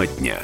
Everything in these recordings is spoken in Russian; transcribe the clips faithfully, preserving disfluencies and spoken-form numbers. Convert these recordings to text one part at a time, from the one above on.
Тема дня.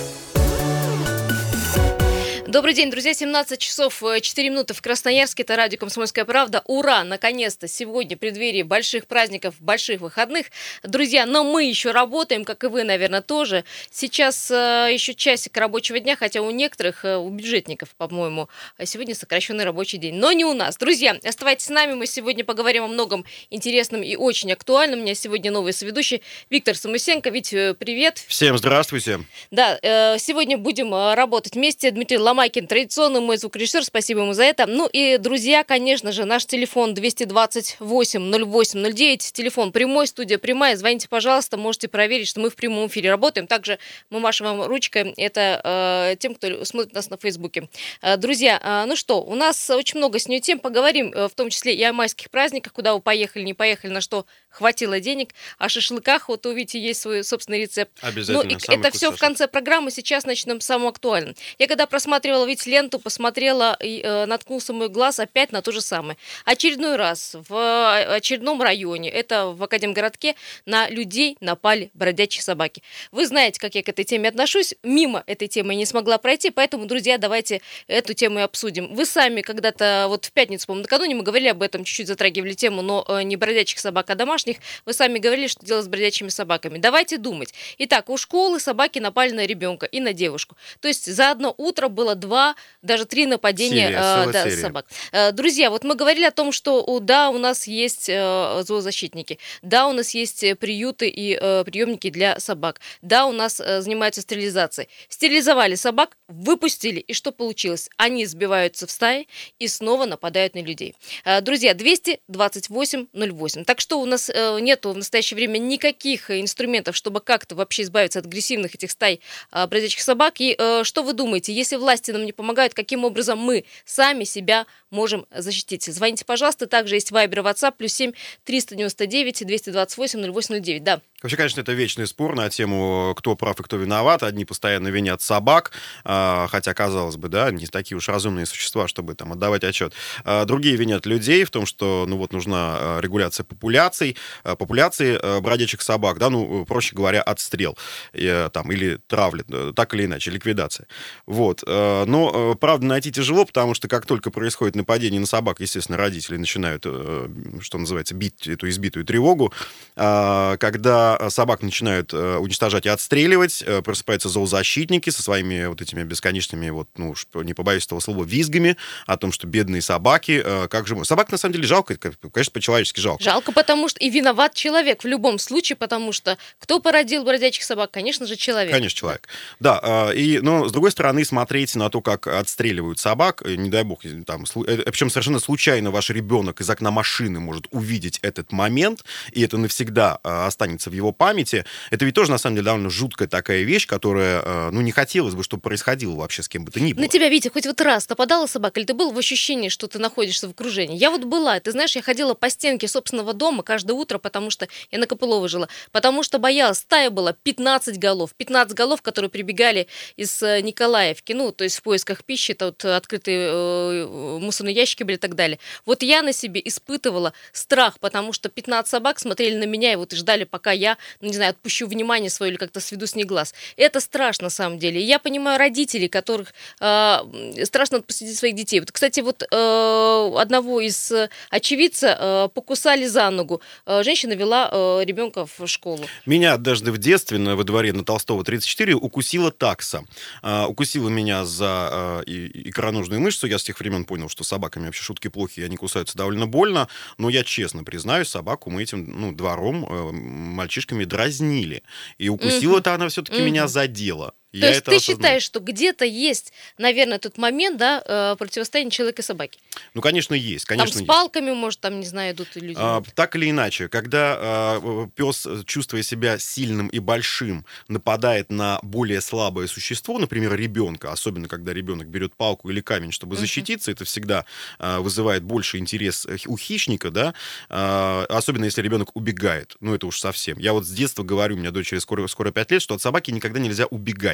Добрый день, друзья. семнадцать часов четыре минуты в Красноярске. Это радио «Комсомольская правда». Ура! Наконец-то сегодня, в преддверии больших праздников, больших выходных. Друзья, но мы еще работаем, как и вы, наверное, тоже. Сейчас э, еще часик рабочего дня, хотя у некоторых, э, у бюджетников, по-моему, сегодня сокращенный рабочий день. Но не у нас. Друзья, оставайтесь с нами. Мы сегодня поговорим о многом интересном и очень актуальном. У меня сегодня новый соведущий Виктор Самусенко. Вить, привет. Всем здравствуйте. Да, э, сегодня будем работать вместе. Дмитрий Ломакин, традиционный мой звукорежиссер, спасибо ему за это. Ну и, друзья, конечно же, наш телефон двести двадцать восемь ноль восемь ноль девять, телефон прямой, студия прямая, звоните, пожалуйста, можете проверить, что мы в прямом эфире работаем. Также мы машем вам ручкой, это э, тем, кто смотрит нас на Фейсбуке. Э, друзья, э, ну что, у нас очень много с ней тем, поговорим, э, в том числе и о майских праздниках, куда вы поехали, не поехали, на что хватило денег, о шашлыках, вот у Вити есть свой собственный рецепт. Обязательно. Ну и это все в конце программы, сейчас начнем с самого актуального. Я когда просматривала ведь ленту, посмотрела и э, наткнулся мой глаз опять на то же самое. Очередной раз в очередном районе, это в Академгородке, на людей напали бродячие собаки. Вы знаете, как я к этой теме отношусь. Мимо этой темы я не смогла пройти, поэтому, друзья, давайте эту тему и обсудим. Вы сами когда-то, вот в пятницу, по-моему, накануне мы говорили об этом, чуть-чуть затрагивали тему, но э, не бродячих собак, а домашних. Вы сами говорили, что делать с бродячими собаками. Давайте думать. Итак, у школы собаки напали на ребенка и на девушку. То есть за одно утро было два, даже три нападения серия, э, да, собак. Э, друзья, вот мы говорили о том, что о, да, у нас есть э, зоозащитники, да, у нас есть приюты и э, приемники для собак, да, у нас э, занимаются стерилизацией. Стерилизовали собак, выпустили, и что получилось? Они сбиваются в стаи и снова нападают на людей. Э, друзья, двести двадцать восемь ноль восемь. Так что у нас э, нету в настоящее время никаких инструментов, чтобы как-то вообще избавиться от агрессивных этих стай э, бродячих собак. И э, что вы думаете, если власти нам не помогают, каким образом мы сами себя можем защитить? Звоните, пожалуйста. Также есть Вайбер и WhatsApp, плюс семь триста девяносто девять двести двадцать восемь ноль восемь ноль девять. Да. Вообще, конечно, это вечный спор на тему, кто прав и кто виноват. Одни постоянно винят собак, хотя, казалось бы, да, не такие уж разумные существа, чтобы там отдавать отчет. Другие винят людей в том, что, ну вот, нужна регуляция популяций, популяции бродячих собак, да, ну, проще говоря, отстрел, там, или травля, так или иначе, ликвидация. Вот. Но, правда, найти тяжело, потому что как только происходит нападение на собак, естественно, родители начинают, что называется, бить эту избитую тревогу. Когда собак начинают уничтожать и отстреливать, просыпаются зоозащитники со своими вот этими бесконечными, вот, ну, не побоюсь этого слова, визгами о том, что бедные собаки, как же... Собак, на самом деле, жалко, конечно, по-человечески жалко. Жалко, потому что и виноват человек в любом случае, потому что кто породил бродячих собак? Конечно же, человек. Конечно, человек. Да, и, но, с другой стороны, смотреть на то, как отстреливают собак, не дай бог, там, причем совершенно случайно ваш ребенок из окна машины может увидеть этот момент, и это навсегда останется в его памяти. Это ведь тоже, на самом деле, довольно жуткая такая вещь, которая, ну, не хотелось бы, чтобы происходило вообще с кем бы то ни было. На тебя, Витя, хоть вот раз нападала собака, или ты был в ощущении, что ты находишься в окружении? Я вот была, ты знаешь, я ходила по стенке собственного дома каждое утро, потому что я на Копылова жила, потому что боялась, стая была пятнадцать голов, пятнадцать голов, которые прибегали из Николаевки, ну, то есть в поисках пищи, тут открытые э, мусорные ящики были и так далее. Вот я на себе испытывала страх, потому что пятнадцать собак смотрели на меня и вот и ждали, пока я, ну, не знаю, отпущу внимание свое или как-то сведу с них глаз. Это страшно, на самом деле. И я понимаю родителей, которых э, страшно отпустить своих детей. Вот, кстати, вот э, одного из очевидца э, покусали за ногу. Э, женщина вела э, ребенка в школу. Меня однажды в детстве на, во дворе на Толстого тридцать четыре укусила такса. Э, укусила меня за э, икроножную мышцу. Я с тех времен понял, что с собаками вообще шутки плохие, они кусаются довольно больно. Но я честно признаюсь, собаку мы этим, ну, двором э, мальчишками дразнили. И укусила-то угу. она все-таки угу. меня задела. То Я есть ты осознаю. считаешь, что где-то есть, наверное, тот момент, да, э, противостояния человека и собаки? Ну, конечно, есть. Конечно, там с есть. палками, может, там, не знаю, идут люди. А, так или иначе, когда а, пес, чувствуя себя сильным и большим, нападает на более слабое существо, например, ребенка, особенно когда ребенок берет палку или камень, чтобы защититься, uh-huh. это всегда а, вызывает больше интерес у хищника, да, а, особенно если ребенок убегает. Ну, это уж совсем. Я вот с детства говорю, у меня дочери скоро, скоро пять лет, что от собаки никогда нельзя убегать.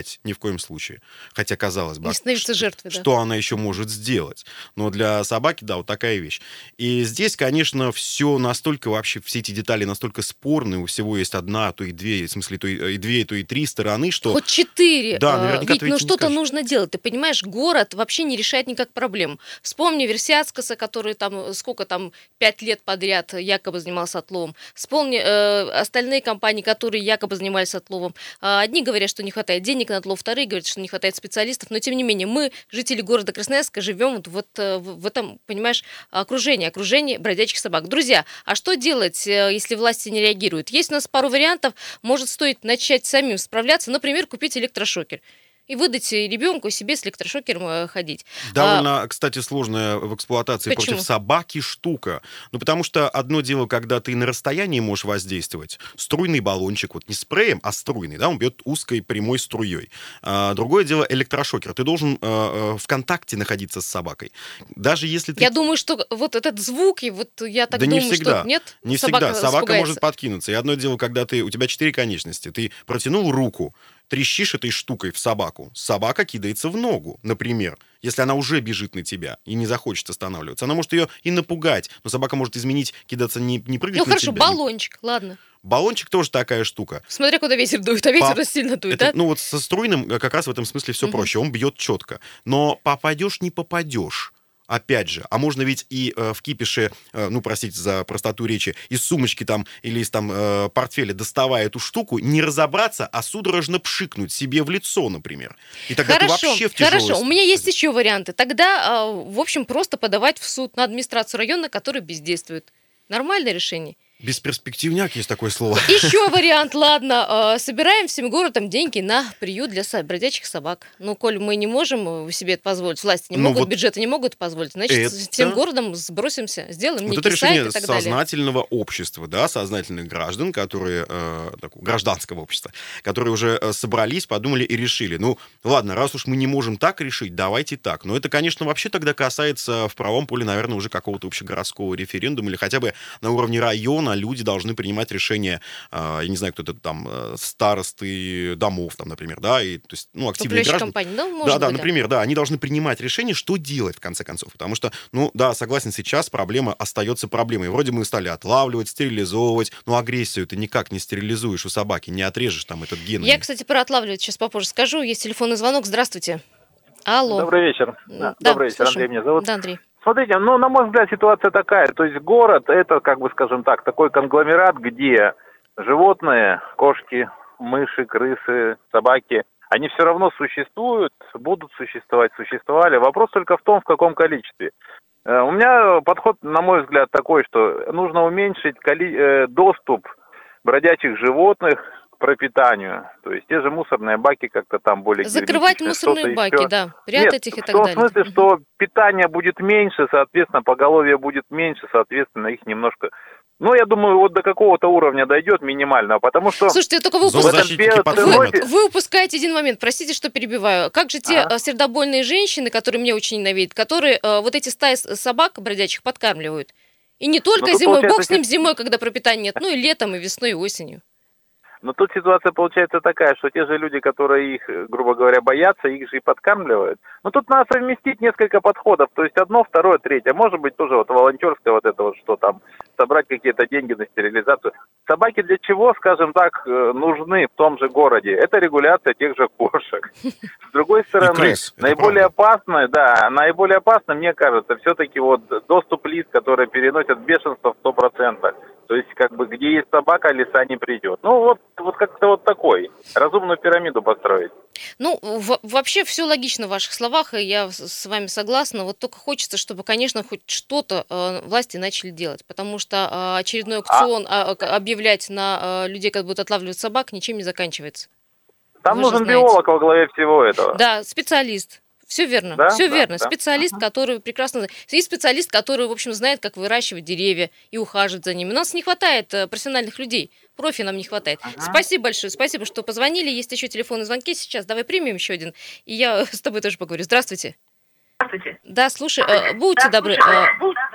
убить, ни в коем случае. Хотя, казалось бы, Не становиться жертвой, да. что она еще может сделать? Но для собаки, да, вот такая вещь. И здесь, конечно, все настолько вообще, все эти детали настолько спорные, у всего есть одна, а то и две, в смысле, то и, и две, то и три стороны, что... Хоть четыре. Да, а, наверняка Ведь ты ведь ну не что-то скажешь. нужно делать. Ты понимаешь, город вообще не решает никак проблем. Вспомни Версиацкаса, который там сколько там пять лет подряд якобы занимался отловом. Вспомни э, остальные компании, которые якобы занимались отловом. А, Одни говорят, что не хватает денег на отлов, вторые говорят, что не хватает специалистов. Но тем не менее, мы, жители города Красноярска, живем вот, вот э, в в этом, понимаешь, окружении, окружении бродячих собак. Друзья, а что делать, э, если власти не реагируют? Есть у нас пару вариантов. Может, стоит начать самим справляться. Например, купить электрошокер. И выдать ребенку себе с электрошокером э, ходить. Довольно, кстати, сложная в эксплуатации Почему? против собаки штука. Ну, потому что одно дело, когда ты на расстоянии можешь воздействовать. Струйный баллончик, вот не спреем, а струйный, да, он бьет узкой прямой струей. А, другое дело электрошокер. Ты должен э, э, в контакте находиться с собакой. Даже если ты... Я думаю, что вот этот звук, и вот я так Да не думаю, всегда. что нет, Не собака всегда. Собака испугается. может подкинуться. И одно дело, когда ты, у тебя четыре конечности, ты протянул руку, трещишь этой штукой в собаку, собака кидается в ногу, например, если она уже бежит на тебя и не захочет останавливаться. Она может ее и напугать, но собака может изменить, кидаться, не, не прыгать Ну на хорошо, тебя. не- баллончик, ладно. Баллончик тоже такая штука. Смотря куда ветер дует, а ветер Пап, сильно дует, Это, да? ну вот со струйным э, как раз в этом смысле все Мгм. проще. Он бьет четко. Но попадешь, не попадешь. Опять же, а можно ведь и э, в кипише, э, ну, простите за простоту речи, из сумочки там или из там э, портфеля, доставая эту штуку, не разобраться, а судорожно пшикнуть себе в лицо, например. И тогда Хорошо, ты вообще в тяжелой... хорошо. У меня есть еще варианты. Тогда, а, в общем, просто подавать в суд на администрацию района, который бездействует. Нормальное решение. Бесперспективняк есть такое слово. Еще вариант, ладно. э, Собираем всем городом деньги на приют для со- бродячих собак. Ну, коль мы не можем э, себе это позволить, власти не Ну, могут, вот бюджеты не могут позволить, значит, это- всем городом сбросимся, сделаем Вот некий это сайт решение и так далее. сознательного общества, да, сознательных граждан, которые, э, такого, гражданского общества, которые уже э, собрались, подумали и решили. Ну, ладно, раз уж мы не можем так решить, давайте так. Но это, конечно, вообще тогда касается в правом поле, наверное, уже какого-то общегородского референдума или хотя бы на уровне района люди должны принимать решения, э, я не знаю, кто это там, э, старосты домов, там, например, да, и, то есть, ну, активные Управляющая граждане. компания, ну, может Да, да, быть, да. например, да, они должны принимать решение, что делать в конце концов. Потому что, ну, да, согласен, сейчас проблема остается проблемой. Вроде мы стали отлавливать, стерилизовывать, но агрессию ты никак не стерилизуешь у собаки, не отрежешь там этот ген. Я, кстати, про отлавливать сейчас попозже скажу. Есть телефонный звонок. Здравствуйте. Алло. Добрый вечер. Да, Добрый вечер, слушаю. Андрей меня зовут. Да, Андрей. Смотрите, ну, на мой взгляд, ситуация такая. То есть город – это, как бы, скажем так, такой конгломерат, где животные, кошки, мыши, крысы, собаки, они все равно существуют, будут существовать, существовали. Вопрос только в том, в каком количестве. Э, У меня подход, на мой взгляд, такой, что нужно уменьшить коли- э, доступ бродячих животных к пропитанию. То есть те же мусорные баки как-то там более Закрывать герметичные, мусорные что-то баки, еще. да. Прятать Нет, их и в так том далее. смысле, Мгм. что питание будет меньше, соответственно, поголовье будет меньше, соответственно, их немножко... Ну, я думаю, вот до какого-то уровня дойдет минимального, потому что... Слушайте, только вы, упус- Зоозащитники Вы- подхватят. вы- вы упускаете один момент. Простите, что перебиваю. Как же те Ага. э, сердобольные женщины, которые мне очень ненавидят, которые э, вот эти стаи с- собак бродячих подкармливают? И не только Ну, тут зимой, бог получается, с ним те- зимой, когда пропитания нет, ну и летом, и весной, и осенью. Но тут ситуация получается такая, что те же люди, которые их, э, грубо говоря, боятся, их же и подкармливают. Но тут надо совместить несколько подходов, то есть одно, второе, третье. Может быть, тоже вот волонтерское вот это вот, что там, собрать какие-то деньги на стерилизацию. Собаки для чего, скажем так, э, нужны в том же городе? Это регуляция тех же кошек. С другой стороны, крыс, это наиболее правда. опасное, да, наиболее опасно, мне кажется, все-таки вот доступ лиц, которые переносят бешенство в сто процентов. То есть, как бы, где есть собака, лиса не придет. Ну, вот, вот как-то вот такой. Разумную пирамиду построить. Ну, в- вообще все логично в ваших словах, и я с с вами согласна. Вот только хочется, чтобы, конечно, хоть что-то э, власти начали делать, потому что э, очередной аукцион а, к- объявлять на э, людей, как будут отлавливать собак, ничем не заканчивается. Там Вы же нужен знаете. биолог во главе всего этого. Да, специалист. Все верно, Да, все да, верно. да. Специалист, который прекрасно знает. И специалист, который, в общем, знает, как выращивать деревья и ухаживать за ними. У нас не хватает э, профессиональных людей. Профи нам не хватает. Спасибо большое, спасибо, что позвонили. Есть еще телефонные звонки сейчас. Давай примем еще один. И я с тобой тоже поговорю. Здравствуйте. Здравствуйте. Да, слушай, э, будьте Да, добры. слушаю. э, Будьте добры.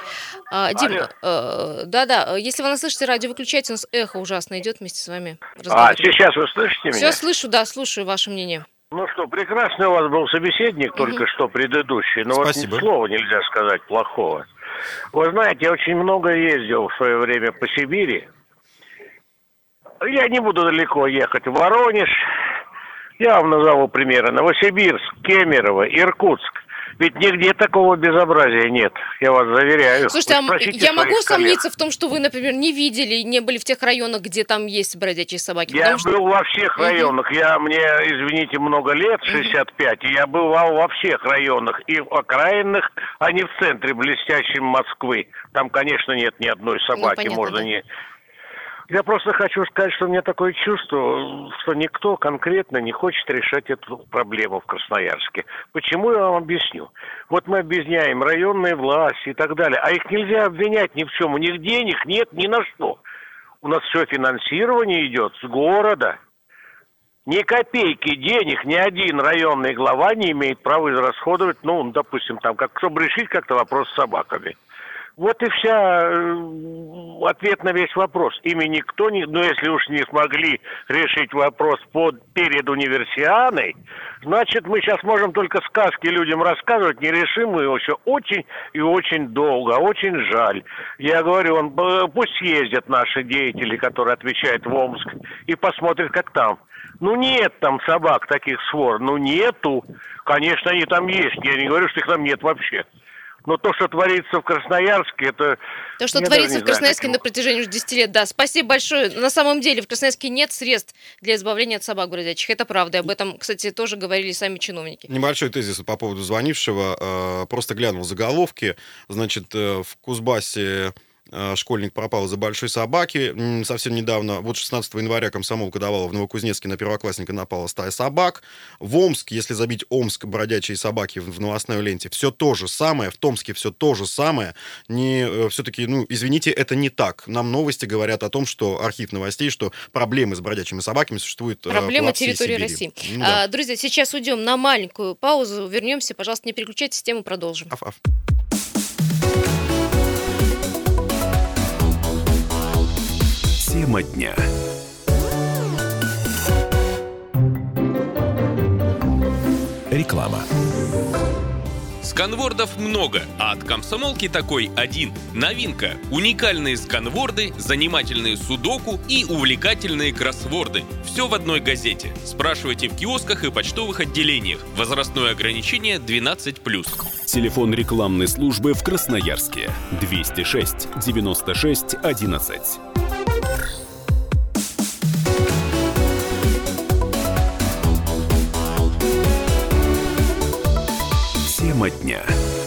А, Дим, э, да-да, если вы нас слышите, радио выключайте, у нас эхо ужасно идет вместе с вами. А, сейчас вы слышите меня? Все слышу, да, слушаю ваше мнение. Ну что, прекрасный у вас был собеседник, только что предыдущий, но Спасибо. вот слова нельзя сказать плохого. Вы знаете, я очень много ездил в свое время по Сибири. Я не буду далеко ехать в Воронеж. Я вам назову примеры. Новосибирск, Кемерово, Иркутск. Ведь нигде такого безобразия нет, я вас заверяю. Слушайте, а я могу коллег. сомниться в том, что вы, например, не видели, не были в тех районах, где там есть бродячие собаки? Я что... был во всех районах. Я, мне, извините, много лет, шестьдесят пять, и я бывал во всех районах, и в окраинных, а не в центре блестящем Москвы. Там, конечно, нет ни одной собаки, понятно, можно да. не... Я просто хочу сказать, что у меня такое чувство, что никто конкретно не хочет решать эту проблему в Красноярске. Почему, я вам объясню. Вот мы объясняем районные власти и так далее, а их нельзя обвинять ни в чем. У них денег нет ни на что. У нас все финансирование идет с города. Ни копейки денег ни один районный глава не имеет права израсходовать, ну, допустим, там, как, чтобы решить как-то вопрос с собаками. Вот и вся э, ответ на весь вопрос. Ими никто не... Ну, если уж не смогли решить вопрос под, перед универсиадой, значит, мы сейчас можем только сказки людям рассказывать, не решим мы его еще очень и очень долго. Очень жаль. Я говорю, он, пусть ездят наши деятели, которые отвечают в Омск, и посмотрят, как там. Ну, нет там собак таких свор. Ну, нету. Конечно, они там есть. Я не говорю, что их там нет вообще. Но то, что творится в Красноярске, это... То, что творится в Красноярске на протяжении уже десяти лет, да. Спасибо большое. На самом деле в Красноярске нет средств для избавления от собак бродячих. Это правда. Об этом, кстати, тоже говорили сами чиновники. Небольшой тезис по поводу звонившего. Просто глянул заголовки. Значит, в Кузбассе школьник пропал из-за большой собаки. Совсем недавно, вот шестнадцатого января, комсомолка давала в Новокузнецке, на первоклассника напала стая собак. В Омск, если забить Омск, бродячие собаки в новостной ленте, все то же самое. В Томске все то же самое. Не, все-таки, ну, извините, это не так. Нам новости говорят о том, что архив новостей, что проблемы с бродячими собаками существуют Проблема по всей территории Сибири. России. Ну, да. а, друзья, сейчас уйдем на маленькую паузу. Вернемся. Пожалуйста, не переключайтесь, тему продолжим. Аф-аф. Тема дня. Реклама. Сканвордов много, а от комсомолки такой один. Новинка. Уникальные сканворды, занимательные судоку и увлекательные кроссворды. Все в одной газете. Спрашивайте в киосках и почтовых отделениях. Возрастное ограничение двенадцать плюс. Телефон рекламной службы в Красноярске. двести шесть девяносто шесть одиннадцать. Тема дня.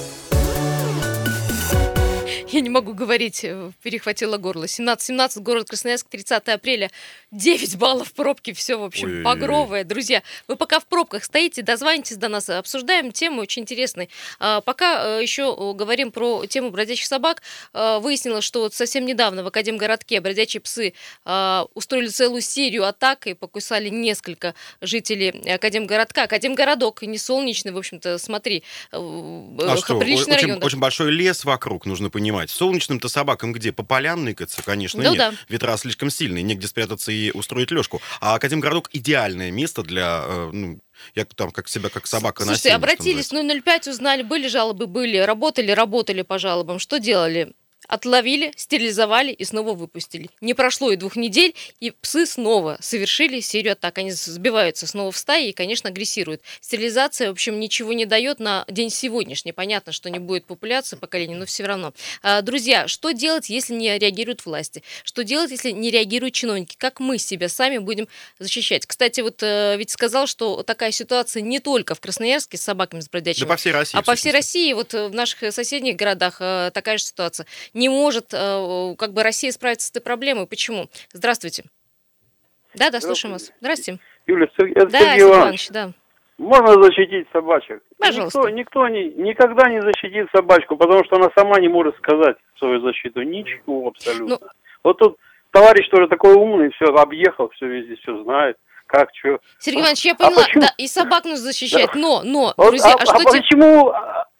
Я не могу говорить, перехватило горло. семнадцать семнадцать, город Красноярск, тридцатое апреля. девять баллов пробки, все, в общем, Ой-ой-ой. багровое. Друзья, вы пока в пробках стоите, дозвонитесь до нас, обсуждаем тему очень интересной. А, пока еще говорим про тему бродячих собак. А, выяснилось, что вот совсем недавно в Академгородке бродячие псы а, устроили целую серию атак и покусали несколько жителей Академгородка. Академгородок, не солнечный, в общем-то, смотри, А что, приличный очень, район. очень большой лес вокруг, нужно понимать. Солнечным-то собакам где? По полям ныкаться, конечно, Ну нет. да. Ветра слишком сильные, негде спрятаться и устроить лёжку. А Академгородок идеальное место для... э, ну, я там как себя, как собака Слушайте, насильно, обратились, ну ноль пять узнали, были жалобы, были, работали, работали по жалобам. Что делали? Отловили, стерилизовали и снова выпустили. Не прошло и двух недель, и псы снова совершили серию атак. Они сбиваются снова в стаи и, конечно, агрессируют. Стерилизация, в общем, ничего не дает на день сегодняшний. Понятно, что не будет популяции поколений, но все равно. А, друзья, что делать, если не реагируют власти? Что делать, если не реагируют чиновники? Как мы себя сами будем защищать? Кстати, вот э, ведь сказал, что такая ситуация не только в Красноярске с собаками, с бродячими, да по всей России. а по всей России, вот в наших соседних городах э, такая же ситуация. Не может э, как бы Россия справиться с этой проблемой. Почему? Здравствуйте. Да, да, слушаем вас. Здравствуйте. Юля, это Да, Сергей Сергей Иванович. Иванович, да. Можно защитить собачек? Пожалуйста. Никто, никто не, никогда не защитит собачку, потому что она сама не может сказать свою защиту. Ничего абсолютно. Ну, Вот тут товарищ тоже такой умный, все объехал, все везде, все знает. Как, что. Сергей Иванович, я А поняла, почему- да, и собак нужно защищать, но, но, Вот, друзья, а, а, что а те- почему, а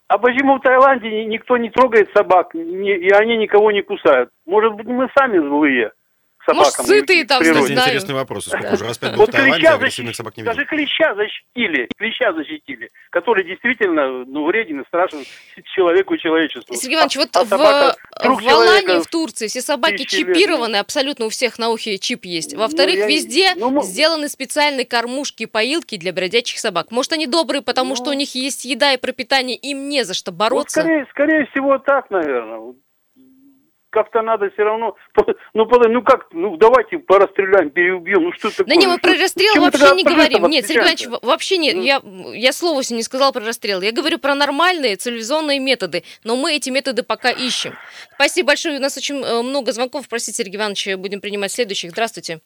А почему в Таиланде ни- никто не трогает собак, ни- и они никого не кусают? Может быть, мы сами злые к собакам? Может, сытые и к там, природе? Кстати, знаю. интересный вопрос. Сколько уже раз пять был Вот в Таиланде, клеща агрессивных защитили, собак не видел. даже клеща защитили, клеща защитили, который действительно, ну, вреден и страшен человеку и человечеству. Сергей Иванович, вот А в, собака друг в Алании, человека в Турции, все собаки тысячи лет, чипированы, абсолютно у всех на ухе чип есть. Во-вторых, Ну, я- везде ну, мо- сделаны специальные кормушки и поилки для бродячих собак. Может, они добрые, потому Ну, что у них есть еда и пропитание, им не за что Вот бороться? скорее, скорее всего так, наверное. Вот как-то надо все равно, ну, под- ну как, ну давайте порастреляем, переубьем, ну что это такое? Да не, мы Ну, про что- расстрел чем мы вообще тогда не про говорим. это Нет, Сергей Иванович, восхищаемся? во- вообще нет. Ну. Я, я слова себе не сказал про расстрел. Я говорю про нормальные цивилизованные методы. Но мы эти методы пока ищем. Спасибо большое. У нас очень э, много звонков. Простите, Сергей Иванович, будем принимать следующих. Здравствуйте.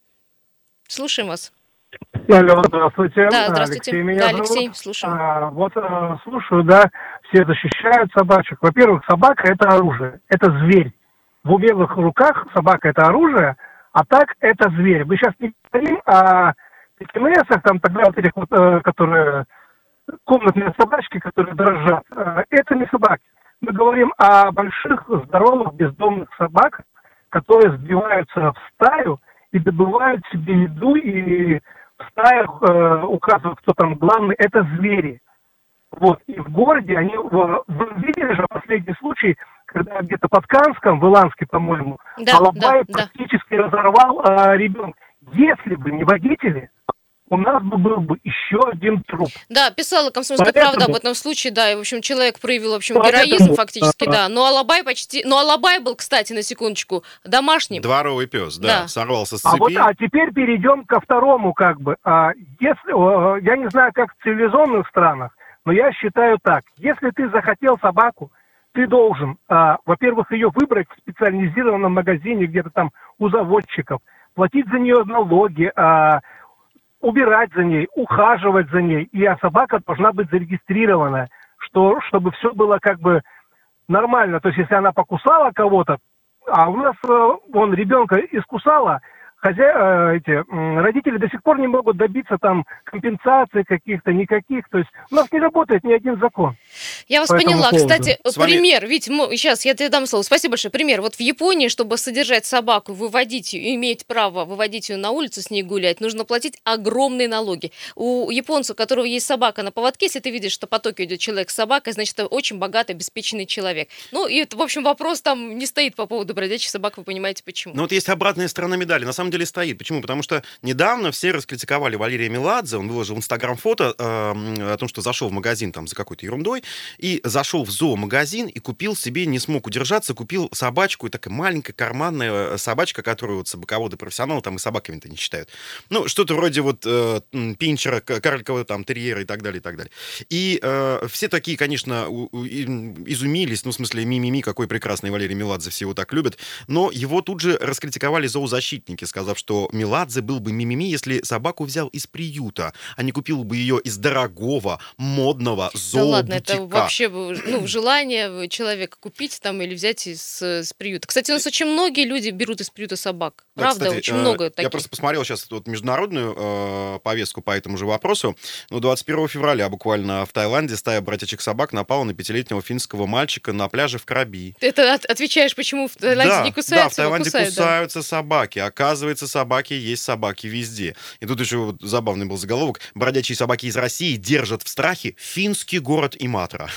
Слушаем вас. Алло, здравствуйте. Да, здравствуйте. Алексей меня Да, зовут. Алексей, слушаем. А, вот э, слушаю, да, все защищают собачек. Во-первых, собака – это оружие, это зверь. В умелых руках собака – это оружие, а так это зверь. Мы сейчас не говорим о пекинесах, там тогда вот этих вот, э, которые комнатные собачки, которые дрожат. Э, это не собаки. Мы говорим о больших, здоровых, бездомных собаках, которые сбиваются в стаю и добывают себе еду, и в стаях э, указывают, кто там главный, это звери. Вот, и в городе они, в- вы видели же последний случай, когда где-то под Канском, в Иланске, по-моему, Да, Алабай да, да. практически разорвал э, ребенка. Если бы не водители, у нас бы был бы еще один труп. Да, писала «Комсомольская Поэтому- правда» об этом случае, да, и, в общем, человек проявил, в общем, Поэтому- героизм фактически, а, да. Но Алабай почти... Но Алабай был, кстати, на секундочку, домашним. Дворовый пес, да, Да. сорвался с А вот, цепи. а теперь перейдем ко второму, как бы. А, если, э, я не знаю, как в цивилизованных странах, но я считаю так. Если ты захотел собаку, ты должен, а, во-первых, ее выбрать в специализированном магазине, где-то там у заводчиков, платить за нее налоги, а, убирать за ней, ухаживать за ней. И а собака должна быть зарегистрирована, что, чтобы все было как бы нормально. То есть, если она покусала кого-то, а у нас, э, вон, ребенка искусала, хозя... э, эти, м, родители до сих пор не могут добиться там компенсации каких-то, никаких. То есть, у нас не работает ни один закон. Я вас по этому поняла. поводу. Кстати, С вами- пример. Ведь сейчас я тебе дам слово. Спасибо большое. Пример. Вот в Японии, чтобы содержать собаку, выводить ее, иметь право выводить ее на улицу, с ней гулять, нужно платить огромные налоги. У японца, у которого есть собака на поводке, если ты видишь, что по Токио идет человек с собакой, значит, это очень богатый, обеспеченный человек. Ну, и, это, в общем, вопрос там не стоит по поводу бродячих собак, вы понимаете, почему. Но вот есть обратная сторона медали. На самом деле стоит. Почему? Потому что недавно все раскритиковали Валерия Меладзе. Он выложил в Инстаграм фото э, о том, что зашел в магазин там за какой-то ерундой и зашел в зоомагазин и купил себе, не смог удержаться, купил собачку, и такая маленькая карманная собачка, которую вот собаководы профессионалы там и собаками-то не считают. Ну, что-то вроде вот э, пинчера, карликового там терьера и так далее, и так далее. И э, все такие, конечно, у, у, изумились, ну, в смысле, ми-ми-ми, какой прекрасный Валерий Меладзе, все его так любят, но его тут же раскритиковали зоозащитники, сказав, что Меладзе был бы ми-ми-ми, если собаку взял из приюта, а не купил бы ее из дорогого, модного Да зообутика. ладно, это вообще ну, желание человека купить там или взять из, из приюта. Кстати, у нас очень многие люди берут из приюта собак. Да, Правда, кстати, очень э, много Я таких. просто посмотрел сейчас вот международную э, повестку по этому же вопросу. Ну, двадцать первого февраля буквально в Таиланде стая бродячих собак напала на пятилетнего финского мальчика на пляже в Краби. Ты это от- отвечаешь, почему в Таиланде Да, не да, в кусаются, его Таиланде кусают, да. кусаются собаки. Оказывается, собаки есть собаки везде. И тут еще вот забавный был заголовок. Бродячие собаки из России держат в страхе финский город Иматра.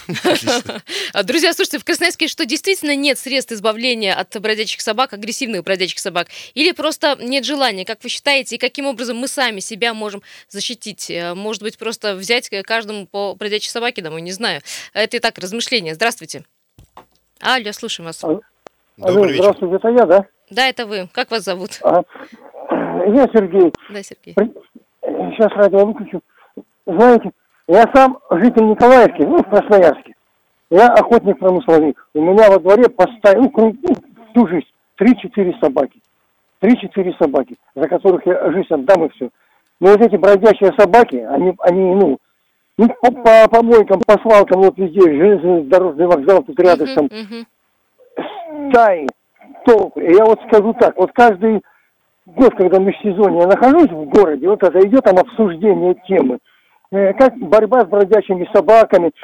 А, Друзья, слушайте, в Красноярске что, действительно нет средств избавления от бродячих собак, агрессивных бродячих собак? Или просто нет желания? Как вы считаете, и каким образом мы сами себя можем защитить? Э, Может быть, просто взять каждому по бродячей собаке домой? Не знаю. Это и так размышления. Здравствуйте. Алло, слушаем вас. Добрый Алло, вечер. здравствуйте, это я, да? Да, это вы. Как вас зовут? А, я Сергей. Да, Сергей. Сейчас радио выключу. Знаете, я сам житель Николаевки, ну, в Красноярске. Я охотник-промысловик. У меня во дворе постоянно, ну, кру- ну, всю жизнь, три-четыре собаки. Три-четыре собаки, за которых я жизнь отдам и все. Но вот эти бродячие собаки, они, они ну, ну по, по помойкам, по свалкам, вот везде, железнодорожный вокзал тут рядышком. Мгм, мгм. Стаи, толку. И я вот скажу так, вот каждый год, когда в межсезонье я нахожусь в городе, вот это идет там обсуждение темы. Э, как борьба с бродячими собаками.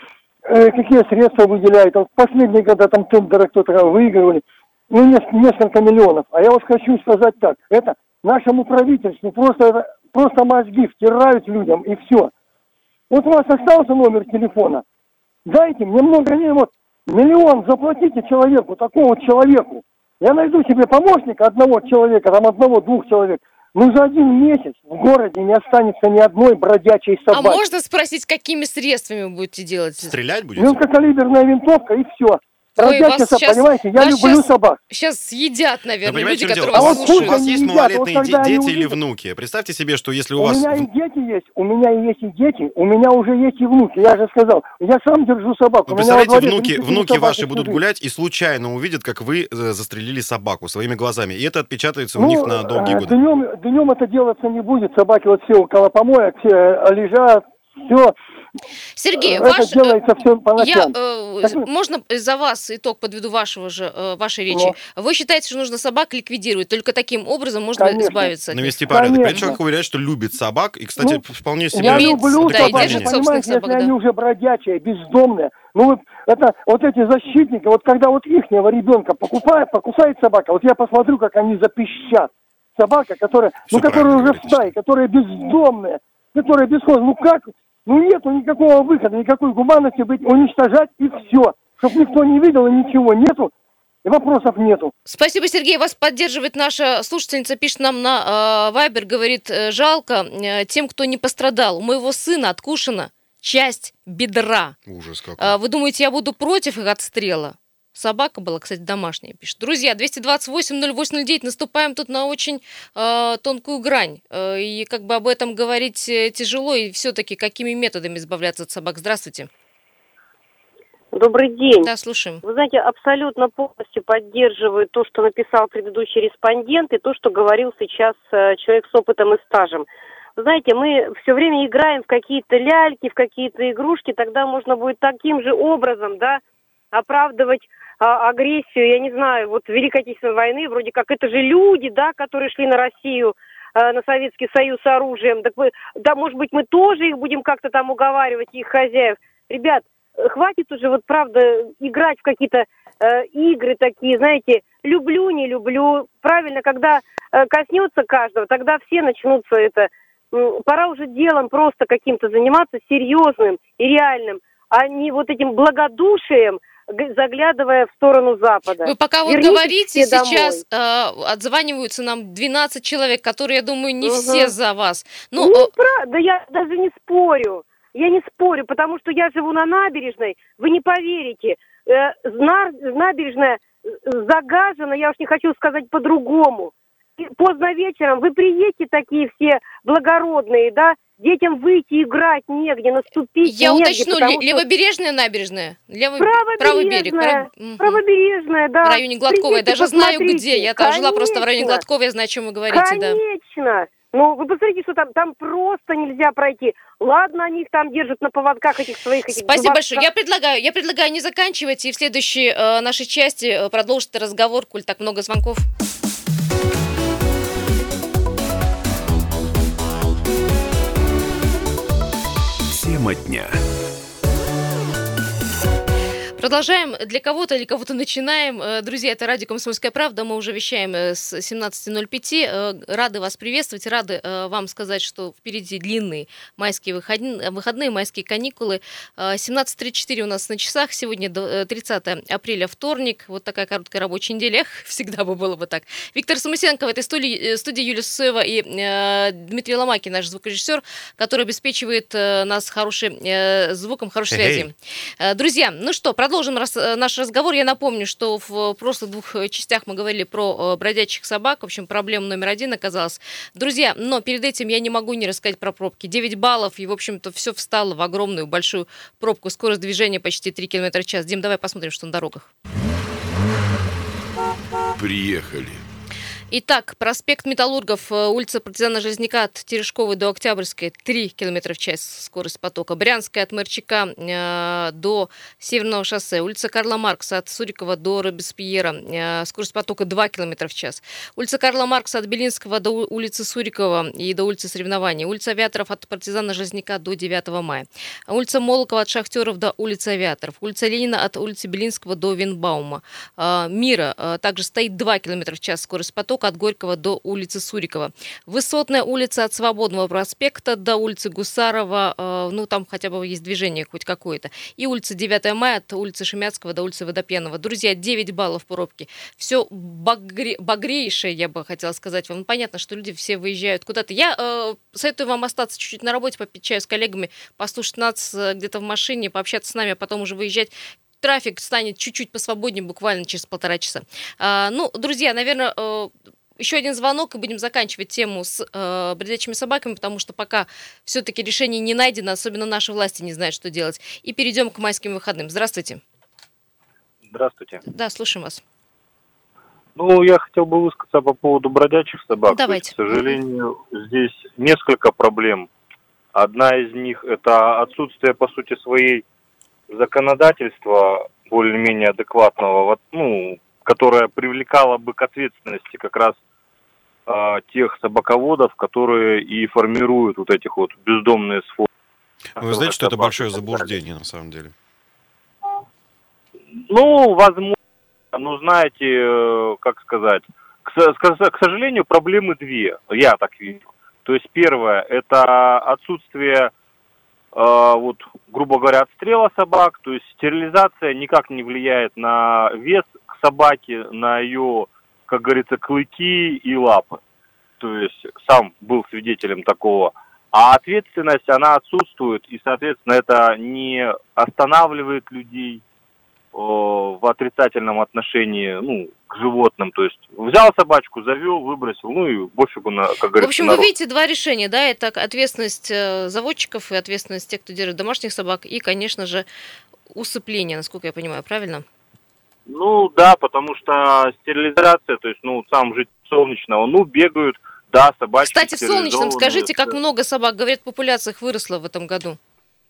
э, какие средства выделяют. Вот последние года там тендеры кто-то выигрывали. Ну, несколько миллионов. А я вот хочу сказать так. Это нашему правительству просто, просто мозги втирают людям, и все. Вот у вас остался номер телефона. Дайте мне много, не вот миллион заплатите человеку, такому человеку. Я найду себе помощника одного человека, там одного-двух человек. Ну, за один месяц в городе не останется ни одной бродячей собаки. А можно спросить, какими средствами вы будете делать? Стрелять будете? Мелкокалиберная винтовка и все. Ой, вас собак, сейчас, понимаете, я люблю сейчас, собак. Сейчас съедят, наверное, Но, люди, дело? которые а вас вот слушают. У вас есть едят, малолетние вот когда де- они дети или увидят. внуки? Представьте себе, что если у, У вас... меня и дети есть, у меня и есть и дети, у меня уже есть и внуки, я же сказал. Я сам держу собаку. Ну, У меня во представляете, дворе внуки, тридцать внуки собак ваши всю будут жизнь. гулять и случайно увидят, как вы э, застрелили собаку своими глазами. И это отпечатается у Ну, них на долгие э, годы. Днем, днем это делаться не будет. Собаки вот все около помоек, все э, лежат, все. Сергей, это ваш, делается все по я, ночам. э, Так, можно за вас итог подведу вашего же, э, вашей речи? Но. Вы считаете, что нужно собак ликвидировать? Только таким образом можно Конечно. избавиться от них? Навести порядок. При этом Конечно. человек уверяет, что любит собак. И, кстати, Ну, вполне себе... Я Имеет- люблю да, и собак, держит вы собственных понимаете, собак, если да. они уже бродячие, бездомные. Ну вот, это, вот эти защитники, вот когда вот ихнего ребенка покупает, покусает собака, вот я посмотрю, как они запищат. Собака, которая, Всё ну, которая правильно уже в говорите. стае, которая бездомная, которая бесхозная. Ну как? Ну нету никакого выхода, никакой гуманности быть, уничтожать и все. Чтоб никто не видел и ничего нету, и вопросов нету. Спасибо, Сергей. Вас поддерживает наша слушательница, пишет нам на Вайбер, говорит, э, жалко э, тем, кто не пострадал. У моего сына откушена часть бедра. Ужас какой. А, вы думаете, я буду против их отстрела? Собака была, кстати, домашняя, пишет. Друзья, двести двадцать восемь ноль восемь ноль девять, наступаем тут на очень э, тонкую грань. Э, и как бы об этом говорить э, тяжело, и все-таки какими методами избавляться от собак? Здравствуйте. Добрый день. Да, слушаем. Вы знаете, абсолютно полностью поддерживаю то, что написал предыдущий респондент, и то, что говорил сейчас э, человек с опытом и стажем. Вы знаете, мы все время играем в какие-то ляльки, в какие-то игрушки, тогда можно будет таким же образом, да, оправдывать а, агрессию, я не знаю, вот Великой Отечественной войны, вроде как это же люди, да, которые шли на Россию, э, на Советский Союз с оружием. Так мы, да, может быть, мы тоже их будем как-то там уговаривать, их хозяев. Ребят, хватит уже, вот правда, играть в какие-то э, игры такие, знаете, люблю, не люблю. Правильно, когда э, коснется каждого, тогда все начнутся это. Э, пора уже делом просто каким-то заниматься, серьезным и реальным, а не вот этим благодушием, заглядывая в сторону Запада. Вы пока вот Вернитесь говорите, все сейчас э, отзваниваются нам двенадцать человек, которые, я думаю, не Угу. все за вас. Ну, Ну, э, правда, я даже не спорю. Я не спорю, потому что я живу на набережной. Вы не поверите. Э, на- набережная загажена, я уж не хочу сказать по-другому. И поздно вечером вы приедете такие все благородные, да, детям выйти играть негде, наступить я негде. уточню, потому ле- что- левобережная набережная? Левый, Правобережная, правый берег. прав- Мгм. правобережная, да. В районе Гладкова. Я Придите, даже знаю, посмотрите. где. Я там жила просто в районе Конечно. Гладкова, я знаю, о чем вы говорите, да. Конечно. Ну, вы посмотрите, что там, там просто нельзя пройти. Ладно, они их там держат на поводках, этих своих... Этих Спасибо дураков. большое. Я предлагаю, я предлагаю не заканчивать и в следующей э, нашей части э, продолжить разговор, коль так много звонков. Тема дня. Продолжаем. Для кого-то или кого-то начинаем. Э, Друзья, это радио «Комсомольская правда». Мы уже вещаем э, с семнадцати ноль пять. Э, Рады вас приветствовать. Рады э, вам сказать, что впереди длинные майские выходные, выходные майские каникулы. Э, семнадцать тридцать четыре у нас на часах. Сегодня э, тридцатое апреля, вторник. Вот такая короткая рабочая неделя. Эх, всегда бы было бы так. Виктор Самусенко в этой студии, э, студии Юлия Сусоева и э, Дмитрий Ломакин, наш звукорежиссер, который обеспечивает э, нас хорошим э, звуком, хорошей связи. Э, Друзья, ну что, продолжим рас, наш разговор. Я напомню, что в прошлых двух частях мы говорили про бродячих собак. В общем, проблема номер один оказалась. Друзья, но перед этим я не могу не рассказать про пробки. девять баллов, и, в общем-то, все встало в огромную большую пробку. Скорость движения почти три километра в час. Дим, давай посмотрим, что на дорогах. Приехали. Итак, проспект Металлургов, э, улица Партизана Железняка от Терешковой до Октябрьской, три километра в час скорость потока. Брянская от Морчака э, до Северного шоссе. Улица Карла Маркса от Сурикова до Робеспьера, э, скорость потока два километра в час. Улица Карла Маркса от Белинского до у- улицы Сурикова и до улицы Соревнований. Улица Авиаторов от Партизана Железняка до девятого мая. Улица Молокова от Шахтеров до улицы Авиаторов. Улица Ленина от улицы Белинского до Винбаума. Э, Мира э, также стоит два километра в час скорость потока от Горького до улицы Сурикова. Высотная улица от Свободного проспекта до улицы Гусарова, э, ну там хотя бы есть движение хоть какое-то. И улица девятого мая от улицы Шемяцкого до улицы Водопьянова. Друзья, девять баллов пробки. Все багре, багрейшее, я бы хотела сказать вам. Понятно, что люди все выезжают куда-то. Я э, советую вам остаться чуть-чуть на работе, попить чаю с коллегами, послушать нас э, где-то в машине, пообщаться с нами, а потом уже выезжать. Трафик станет чуть-чуть посвободнее буквально через полтора часа. А, ну, друзья, наверное, э, еще один звонок, и будем заканчивать тему с э, бродячими собаками, потому что пока все-таки решение не найдено, особенно наши власти не знают, что делать. И перейдем к майским выходным. Здравствуйте. Здравствуйте. Да, слушаем вас. Ну, я хотел бы высказаться по поводу бродячих собак. Давайте. То есть, к сожалению, здесь несколько проблем. Одна из них – это отсутствие, по сути своей, законодательства более-менее адекватного, ну, которое привлекало бы к ответственности как раз э, тех собаководов, которые и формируют вот этих вот бездомные сфоры. Вы знаете, что это большое заблуждение на самом деле? Ну, возможно, ну, знаете, э, как сказать, к, к, к сожалению, проблемы две, я так вижу. То есть первое – это отсутствие вот, грубо говоря, отстрела собак, то есть стерилизация никак не влияет на вес собаки, на ее, как говорится, клыки и лапы. То есть сам был свидетелем такого. А ответственность, она отсутствует, и, соответственно, это не останавливает людей в отрицательном отношении, ну, к животным. То есть взял собачку, завел, выбросил, ну и пофигу на, как говорится, в общем, народ. Вы видите два решения, да, это ответственность заводчиков и ответственность тех, кто держит домашних собак, и, конечно же, усыпление, насколько я понимаю, правильно? Ну, да, потому что стерилизация, то есть, ну, сам житель Солнечного, ну, бегают, да, собачки. Кстати, в Солнечном скажите, как много собак, говорят, популяция их выросла в этом году?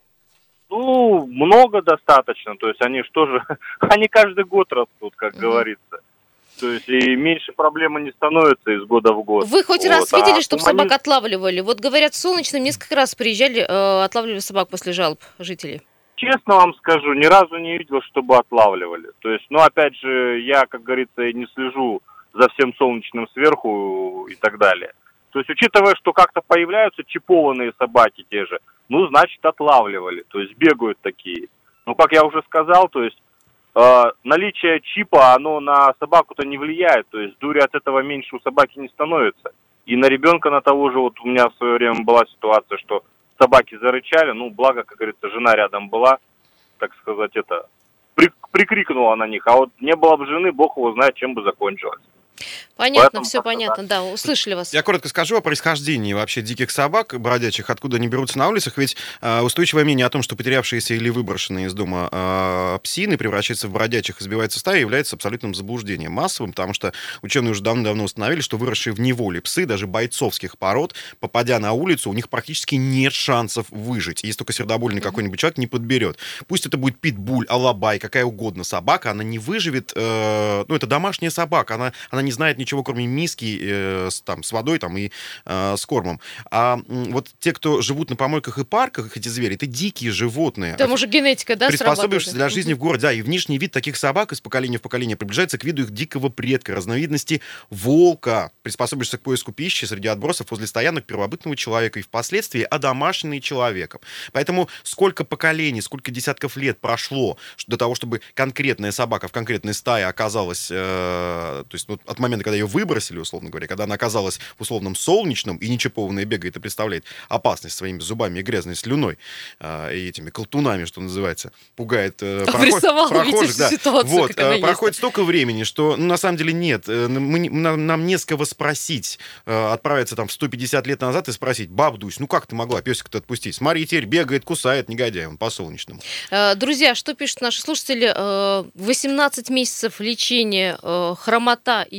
Ну, много достаточно, то есть они что же, они каждый год растут, как mm-hmm. говорится. То есть и меньше проблемы не становится из года в год. Вы хоть вот. раз видели, а чтобы гумани... собак отлавливали? Вот говорят, в Солнечном несколько раз приезжали, э, отлавливали собак после жалоб жителей. Честно вам скажу, ни разу не видел, чтобы отлавливали. То есть, ну, опять же, я, как говорится, не слежу за всем Солнечным сверху и так далее. То есть, учитывая, что как-то появляются чипованные собаки те же, ну, значит, отлавливали, то есть бегают такие. Ну, как я уже сказал, то есть э, наличие чипа, оно на собаку-то не влияет, то есть дури от этого меньше у собаки не становится. И на ребенка на того же, вот у меня в свое время была ситуация, что собаки зарычали, ну, благо, как говорится, жена рядом была, так сказать, это, при, прикрикнула на них, а вот не было бы жены, бог его знает, чем бы закончилось. Понятно, Поэтому все понятно, да, услышали вас. Я коротко скажу о происхождении вообще диких собак, бродячих, откуда они берутся на улицах, ведь э, устойчивое мнение о том, что потерявшиеся или выброшенные из дома э, псины превращаются в бродячих и сбиваются в стаи, является абсолютным заблуждением, массовым, потому что ученые уже давно-давно установили, что выросшие в неволе псы, даже бойцовских пород, попадя на улицу, у них практически нет шансов выжить, если только сердобольный mm-hmm. какой-нибудь человек не подберет. Пусть это будет питбуль, алабай, какая угодно собака, она не выживет, э, ну, это домашняя собака, она, она не знает ничего, кроме миски э, с, там, с водой там, и э, с кормом. А вот те, кто живут на помойках и парках, эти звери, это дикие животные. Там уже генетика, да, приспособившись для жизни в городе. Да, и внешний вид таких собак из поколения в поколение приближается к виду их дикого предка, разновидности волка, приспособившись к поиску пищи среди отбросов возле стоянок первобытного человека и впоследствии одомашненный человеком. Поэтому сколько поколений, сколько десятков лет прошло до того, чтобы конкретная собака в конкретной стае оказалась, э, то есть ну, от момента, когда ее выбросили, условно говоря, когда она оказалась в условном Солнечном и нечипованная бегает и представляет опасность своими зубами и грязной слюной э, и этими колтунами, что называется, пугает э, проход... прохожих. Да. Ситуацию, вот, э, проходит есть. Столько времени, что ну, на самом деле нет. Э, мы, нам, нам не с кого спросить, э, отправиться там в сто пятьдесят лет назад и спросить: баб Дусь, ну как ты могла песика-то отпустить? Смотри, теперь бегает, кусает, негодяй, он по Солнечному. Э, друзья, что пишут наши слушатели? восемнадцать месяцев лечения, э, хромота и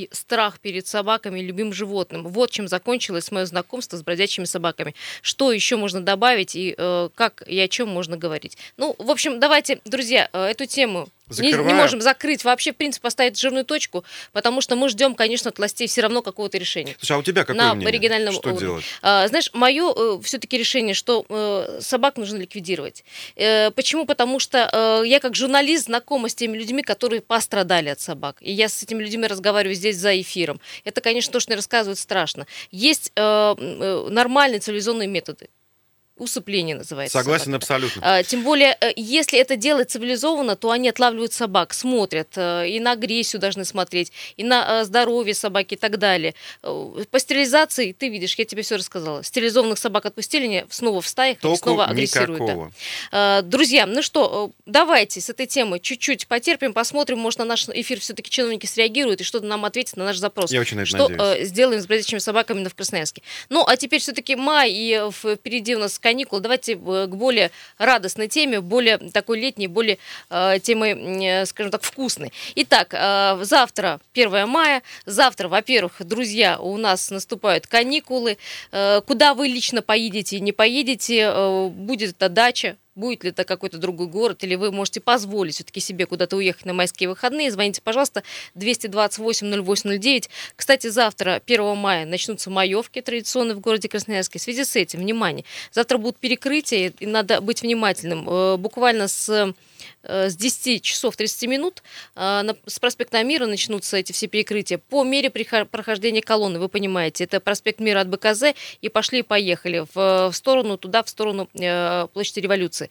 и страх перед собаками, любым животным. Вот чем закончилось мое знакомство с бродячими собаками. Что еще можно добавить и э, как и о чем можно говорить? Ну, в общем, давайте, друзья, э, эту тему не, не можем закрыть, вообще, в принципе, поставить жирную точку, потому что мы ждем, конечно, от властей все равно какого-то решения. Слушай, а у тебя какое на мнение? Оригинальном Что уровне. делать? А, знаешь, мое э, все-таки решение, что э, собак нужно ликвидировать. Э, почему? Потому что э, я как журналист знакома с теми людьми, которые пострадали от собак. И я с этими людьми разговариваю здесь за эфиром. Это, конечно, то, что мне рассказывают, страшно. Есть э, э, нормальные цивилизованные методы. Усыпление называется. Согласен собака. абсолютно. А, тем более, если это делать цивилизованно, то они отлавливают собак, смотрят, и на агрессию должны смотреть, и на здоровье собаки и так далее. По стерилизации, ты видишь, я тебе все рассказала. Стерилизованных собак отпустили, они снова в стаях, и снова агрессируют. Да. Друзья, ну что, давайте с этой темы чуть-чуть потерпим, посмотрим, может, на наш эфир все-таки чиновники среагируют и что-то нам ответят на наш запрос. Я очень на это что надеюсь. сделаем с бродячими собаками в Красноярске. Ну, а теперь все-таки май, и впереди у нас каникул. Давайте к более радостной теме, более такой летней, более э, темой, э, скажем так, вкусной. Итак, э, завтра первое мая. Завтра, во-первых, друзья, у нас наступают каникулы. Э, куда вы лично поедете и не поедете, э, будет это дача. Будет ли это какой-то другой город, или вы можете позволить все-таки себе куда-то уехать на майские выходные, звоните, пожалуйста, двести двадцать восемь ноль восемь ноль девять. Кстати, завтра, первого мая, начнутся маевки традиционные в городе Красноярске. В связи с этим, внимание, завтра будут перекрытия, и надо быть внимательным. Буквально с... с десяти часов тридцати минут с проспекта Мира начнутся эти все перекрытия по мере прохождения колонны, вы понимаете. Это проспект Мира от БКЗ, и пошли-поехали в сторону, туда, в сторону площади Революции.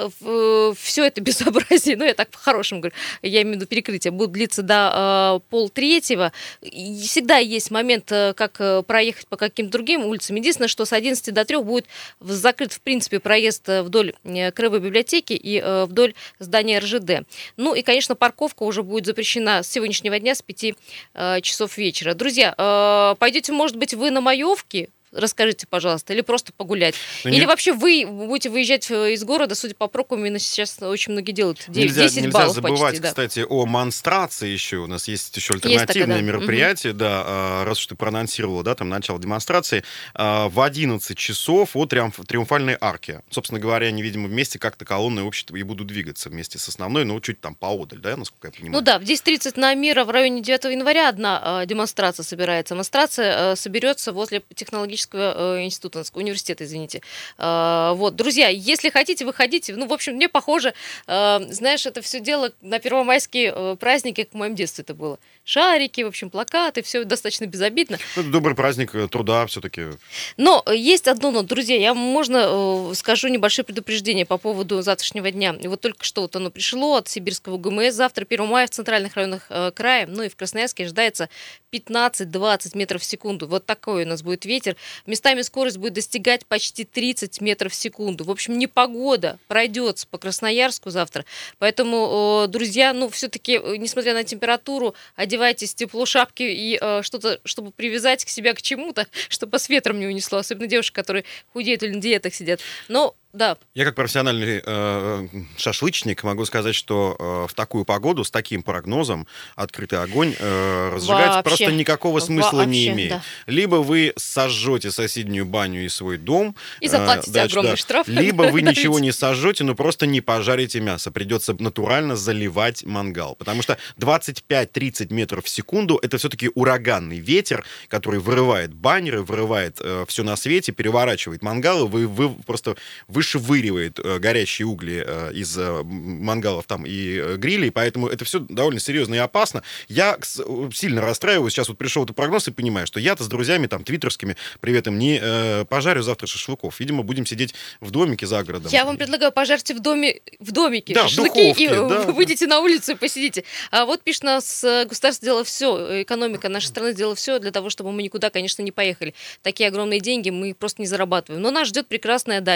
Все это безобразие, ну я так по-хорошему говорю, я имею в виду перекрытие, будет длиться до полтретьего. Всегда есть момент, как проехать по каким-то другим улицам. Единственное, что с одиннадцати до трех будет закрыт, в принципе, проезд вдоль Краевой библиотеки и вдоль здания эр жэ дэ. Ну и, конечно, парковка уже будет запрещена с сегодняшнего дня с пяти э, часов вечера. Друзья, э, пойдете, может быть, вы на маевки? Расскажите, пожалуйста, или просто погулять. Ну, или не... вообще вы будете выезжать из города, судя по пробкам, именно сейчас очень многие делают. Нельзя, десять нельзя баллов забывать, почти, да. Кстати, о монстрации еще. У нас есть еще альтернативное есть мероприятие, угу. да, раз уж ты проанонсировала, да, там начало демонстрации, в одиннадцать часов от триумф, Триумфальной арки. Собственно говоря, они, видимо, вместе как-то колонны общества и будут двигаться вместе с основной, но чуть там поодаль, да, насколько я понимаю. Ну да, в десять тридцать на Мира в районе девятого января одна демонстрация собирается. Демонстрация соберется возле технологического института. Университета, извините. Вот, друзья, если хотите, выходите. Ну, в общем, мне похоже, знаешь, это все дело на первомайские праздники, как в моем детстве это было. Шарики, в общем, плакаты, все достаточно безобидно. Это добрый праздник труда все-таки. Но есть одно но, друзья, я, можно, скажу небольшое предупреждение по поводу завтрашнего дня. И вот только что вот оно пришло от Сибирского гэ эм эс. Завтра, первого мая, в центральных районах края, ну и в Красноярске ожидается пятнадцать-двадцать метров в секунду. Вот такой у нас будет ветер. Местами скорость будет достигать почти тридцать метров в секунду. В общем, непогода пройдется по Красноярску завтра. Поэтому, друзья, ну, все-таки, несмотря на температуру, одевайтесь в тепло, шапки и э, что-то, чтобы привязать к себя к чему-то, чтобы с ветром не унесло. Особенно девушек, которые худеют или на диетах сидят. Но да. Я как профессиональный э, шашлычник могу сказать, что э, в такую погоду с таким прогнозом открытый огонь э, разжигать вообще, просто никакого смысла вообще, не имеет. Да. Либо вы сожжете соседнюю баню и свой дом. И заплатите э, огромный да, штраф. Либо вы ничего не сожжете, но просто не пожарите мясо. Придется натурально заливать мангал. Потому что двадцать пять-тридцать метров в секунду это все-таки ураганный ветер, который вырывает баннеры, вырывает э, все на свете, переворачивает мангалы. Вы, вы просто... вышвыривает э, горящие угли э, из э, мангалов там и э, грилей, поэтому это все довольно серьезно и опасно. Я с, сильно расстраиваюсь. Сейчас вот пришел этот прогноз и понимаю, что я-то с друзьями там твиттерскими, привет им, не э, пожарю завтра шашлыков. Видимо, будем сидеть в домике за городом. Я вам предлагаю, пожарьте в доме, в домике да, шашлыки духовке, и да. выйдите на улицу и посидите. А вот пишет нас, государство сделало все, экономика нашей страны сделала все для того, чтобы мы никуда, конечно, не поехали. Такие огромные деньги мы просто не зарабатываем. Но нас ждет прекрасная дача.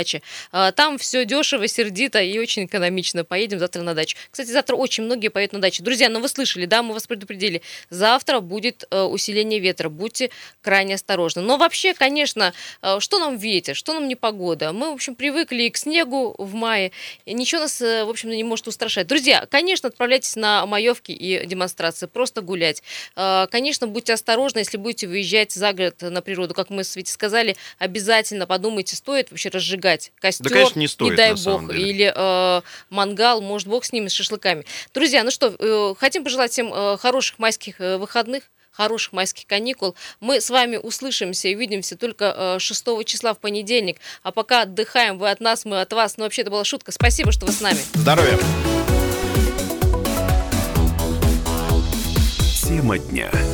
А, там все дешево, сердито и очень экономично. Поедем завтра на дачу. Кстати, завтра очень многие поедут на дачу. Друзья, ну вы слышали, да, мы вас предупредили. Завтра будет э, усиление ветра. Будьте крайне осторожны. Но вообще, конечно, э, что нам ветер, что нам непогода? Мы, в общем, привыкли и к снегу в мае. И ничего нас, э, в общем, не может устрашать. Друзья, конечно, отправляйтесь на маевки и демонстрации. Просто гулять. Э, конечно, будьте осторожны, если будете выезжать за город на природу. Как мы с Витей сказали, обязательно подумайте, стоит вообще разжигать костер, да, конечно, не стоит, не дай на самом бог, деле. или э, мангал, может, бог с ними, с шашлыками. Друзья, ну что, э, хотим пожелать всем э, хороших майских э, выходных, хороших майских каникул. Мы с вами услышимся и увидимся только э, шестого числа в понедельник. А пока отдыхаем, вы от нас, мы от вас. Ну, вообще, это была шутка. Спасибо, что вы с нами. Здоровья! Тема дня.